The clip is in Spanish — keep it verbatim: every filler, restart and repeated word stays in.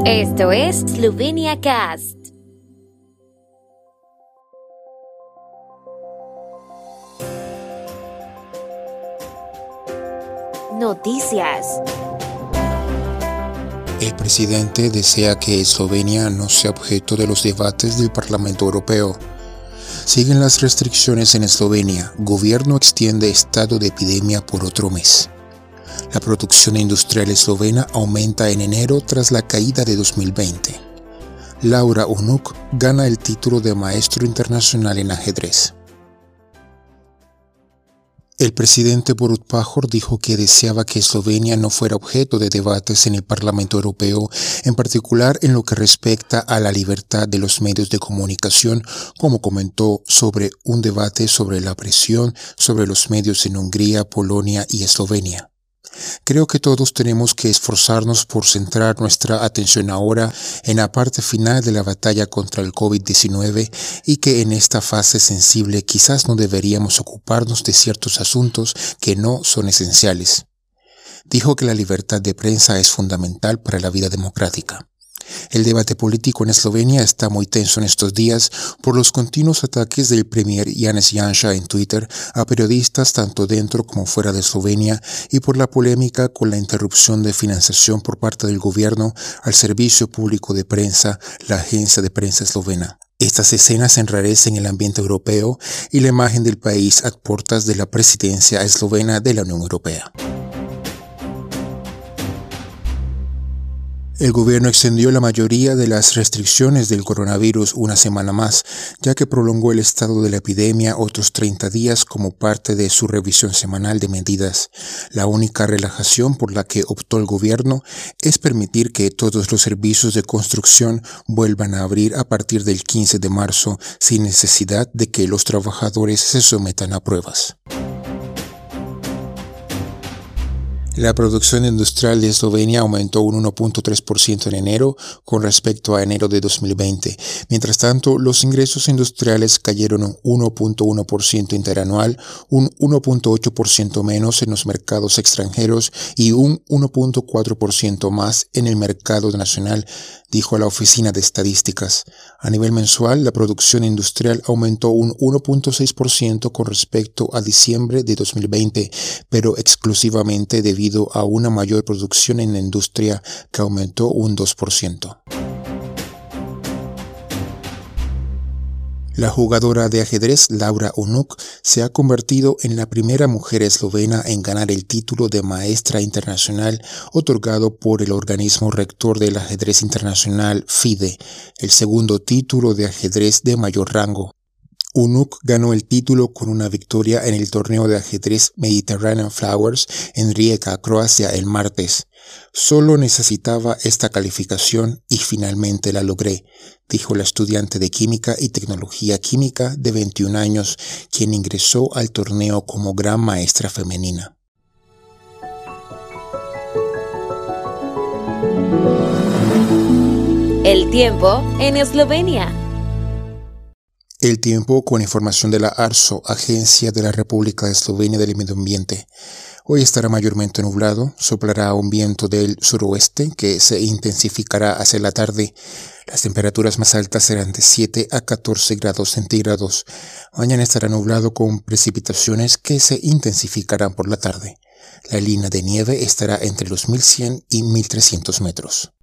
Esto es Slovenia Cast. Noticias. El presidente desea que Eslovenia no sea objeto de los debates del Parlamento Europeo. Siguen las restricciones en Eslovenia. Gobierno extiende estado de epidemia por otro mes. La producción industrial eslovena aumenta en enero tras la caída de dos mil veinte. Laura Unuk gana el título de maestro internacional en ajedrez. El presidente Borut Pahor dijo que deseaba que Eslovenia no fuera objeto de debates en el Parlamento Europeo, en particular en lo que respecta a la libertad de los medios de comunicación, como comentó sobre un debate sobre la presión sobre los medios en Hungría, Polonia y Eslovenia. Creo que todos tenemos que esforzarnos por centrar nuestra atención ahora en la parte final de la batalla contra el COVID diecinueve y que en esta fase sensible quizás no deberíamos ocuparnos de ciertos asuntos que no son esenciales. Dijo que la libertad de prensa es fundamental para la vida democrática. El debate político en Eslovenia está muy tenso en estos días por los continuos ataques del premier Janez Janša en Twitter a periodistas tanto dentro como fuera de Eslovenia y por la polémica con la interrupción de financiación por parte del gobierno al servicio público de prensa, la agencia de prensa eslovena. Estas escenas enrarecen el ambiente europeo y la imagen del país a puertas de la presidencia eslovena de la Unión Europea. El gobierno extendió la mayoría de las restricciones del coronavirus una semana más, ya que prolongó el estado de la epidemia otros treinta días como parte de su revisión semanal de medidas. La única relajación por la que optó el gobierno es permitir que todos los servicios de construcción vuelvan a abrir a partir del quince de marzo, sin necesidad de que los trabajadores se sometan a pruebas. La producción industrial de Eslovenia aumentó un uno punto tres por ciento en enero con respecto a enero de dos mil veinte. Mientras tanto, los ingresos industriales cayeron un uno punto uno por ciento interanual, un uno punto ocho por ciento menos en los mercados extranjeros y un uno punto cuatro por ciento más en el mercado nacional, dijo la Oficina de Estadísticas. A nivel mensual, la producción industrial aumentó un uno punto seis por ciento con respecto a diciembre de dos mil veinte, pero exclusivamente debido a una mayor producción en la industria que aumentó un dos por ciento. La jugadora de ajedrez Laura Unuk se ha convertido en la primera mujer eslovena en ganar el título de maestra internacional otorgado por el organismo rector del ajedrez internacional FIDE, el segundo título de ajedrez de mayor rango. Unuk ganó el título con una victoria en el torneo de ajedrez Mediterranean Flowers en Rijeka, Croacia, el martes. Solo necesitaba esta calificación y finalmente la logré, dijo la estudiante de Química y Tecnología Química de veintiún años, quien ingresó al torneo como gran maestra femenina. El tiempo en Eslovenia. El tiempo con información de la ARSO, Agencia de la República de Eslovenia del Medio Ambiente. Hoy estará mayormente nublado, soplará un viento del suroeste que se intensificará hacia la tarde. Las temperaturas más altas serán de siete a catorce grados centígrados. Mañana estará nublado con precipitaciones que se intensificarán por la tarde. La línea de nieve estará entre los mil cien y mil trescientos metros.